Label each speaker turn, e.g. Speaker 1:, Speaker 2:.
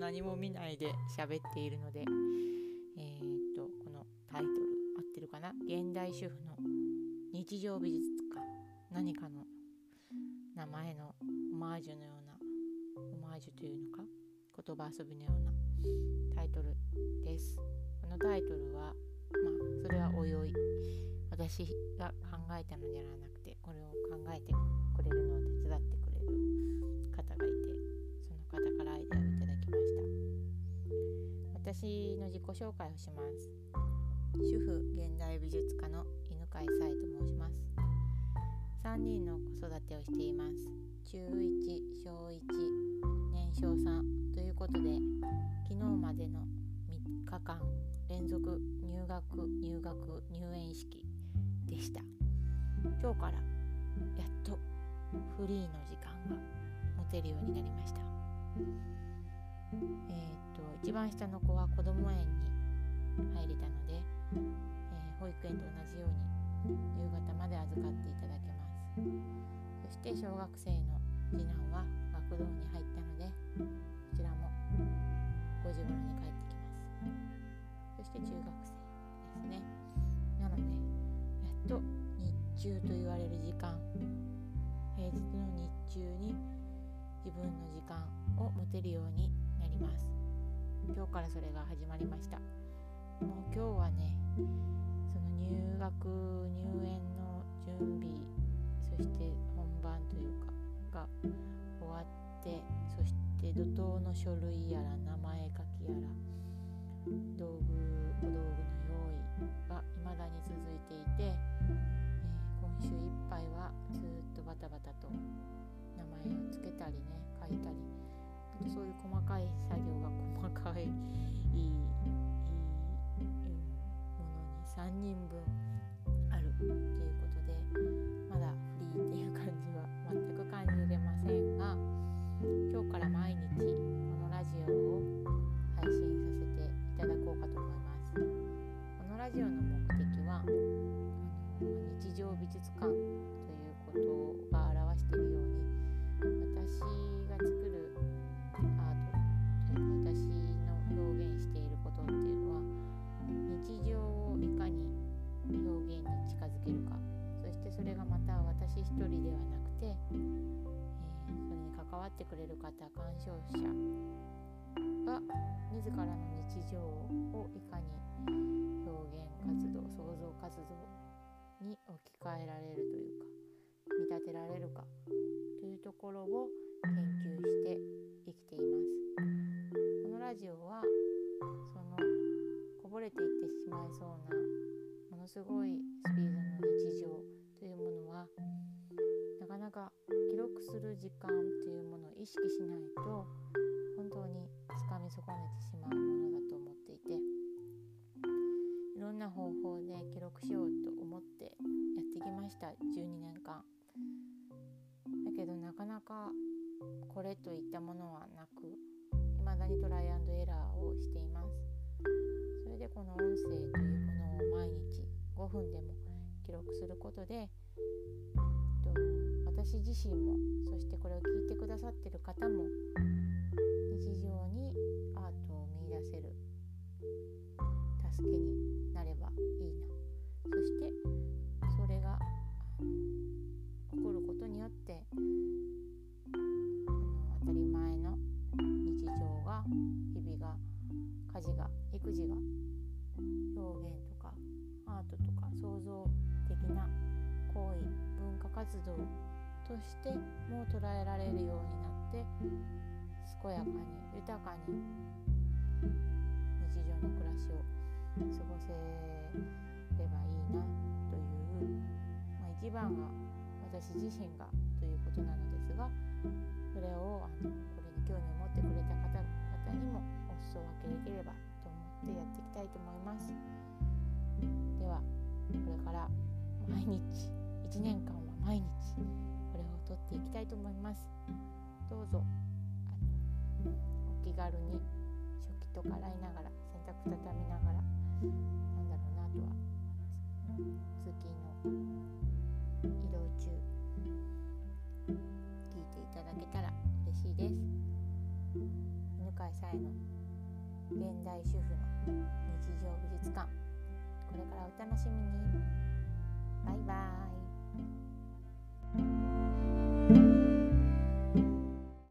Speaker 1: 何も見ないで喋っているので、このタイトル合ってるかな、現代主婦の日常美術か何かの名前のオマージュのような、オマージュというのか、言葉遊びのようなタイトルです。このタイトルはそれはおいおい、私が考えたのではなくて、これを考えてくれるのを手伝ってくれる方がいて、その方からアイデアをいただきました。私の自己紹介をします。主婦現代美術家の犬飼沙絵と申します。3人の子育てをしています。中1、小1、年少3ということで、昨日までの3日間連続入園式でした。今日からやっとフリーの時間が持てるようになりました。一番下の子は子ども園に入れたので、保育園と同じように夕方まで預かっていただけます。そして小学生の次男は学童に入ったので、こちらも5時頃に帰ってきます。そして中学生ですね。なのでやっと日中と言われる時間、平日の日中に自分の時間を持てるようになります。今日からそれが始まりました。もう今日はね、その入園の準備、そして本番というかが終わって、そして怒涛の書類やら名前書きやら小道具の用意が未だに続いていて、今週いっぱいはずっとバタバタと名前をつけたりね、書いたり、そういう細かい作業が細かいものに3人分あるということで、まだフリーっていう感じは全く感じれませんが、今日から毎日このラジオを配信させていただこうかと思います。このラジオの目的は日常美術館ということが表しているように、私が作るアートというか、私の表現していることっていうのは、日常をいかに表現に近づけるか、そしてそれがまた私一人ではなくて、それに関わってくれる方、鑑賞者が自らの日常をいかに表現活動、創造活動に置き換えられるというか、見立てられるかというところを研究して生きています。このラジオはそのこぼれていってしまいそうなものすごいスピードの日常というものは、なかなか記録する時間というものを意識しないと本当につかみ損ねてしまうものだと思っていて、いろんな方法で記録しようと思ってやってきました。12年間だけど、なかなかこれといったものはなく、未だにトライアンドエラーをしています。それでこの音声というものを毎日5分でも記録することで、私自身も、そしてこれを聞いてくださっている方も、日常にアートを見出せる助けになればいいな。そしてそれが起こることによって、当たり前の日常が、日々が、家事が、育児が、表現とかアートとか創造的な行為、文化活動としても捉えられるようになって、健やかに豊かに日常の暮らしを過ごせればいいなという、一番は私自身がということなのですが、それをこれに興味を持ってくれた方々にもお裾分けできればと思ってやっていきたいと思います。ではこれから毎日1年間は毎日これを撮っていきたいと思います。どうぞお気軽に食器とか洗いながら、洗濯畳みながら、あとは通勤の移動中聞いていただけたら嬉しいです。犬飼沙会の現代主婦の日常美術館、これからお楽しみに。バイバイ。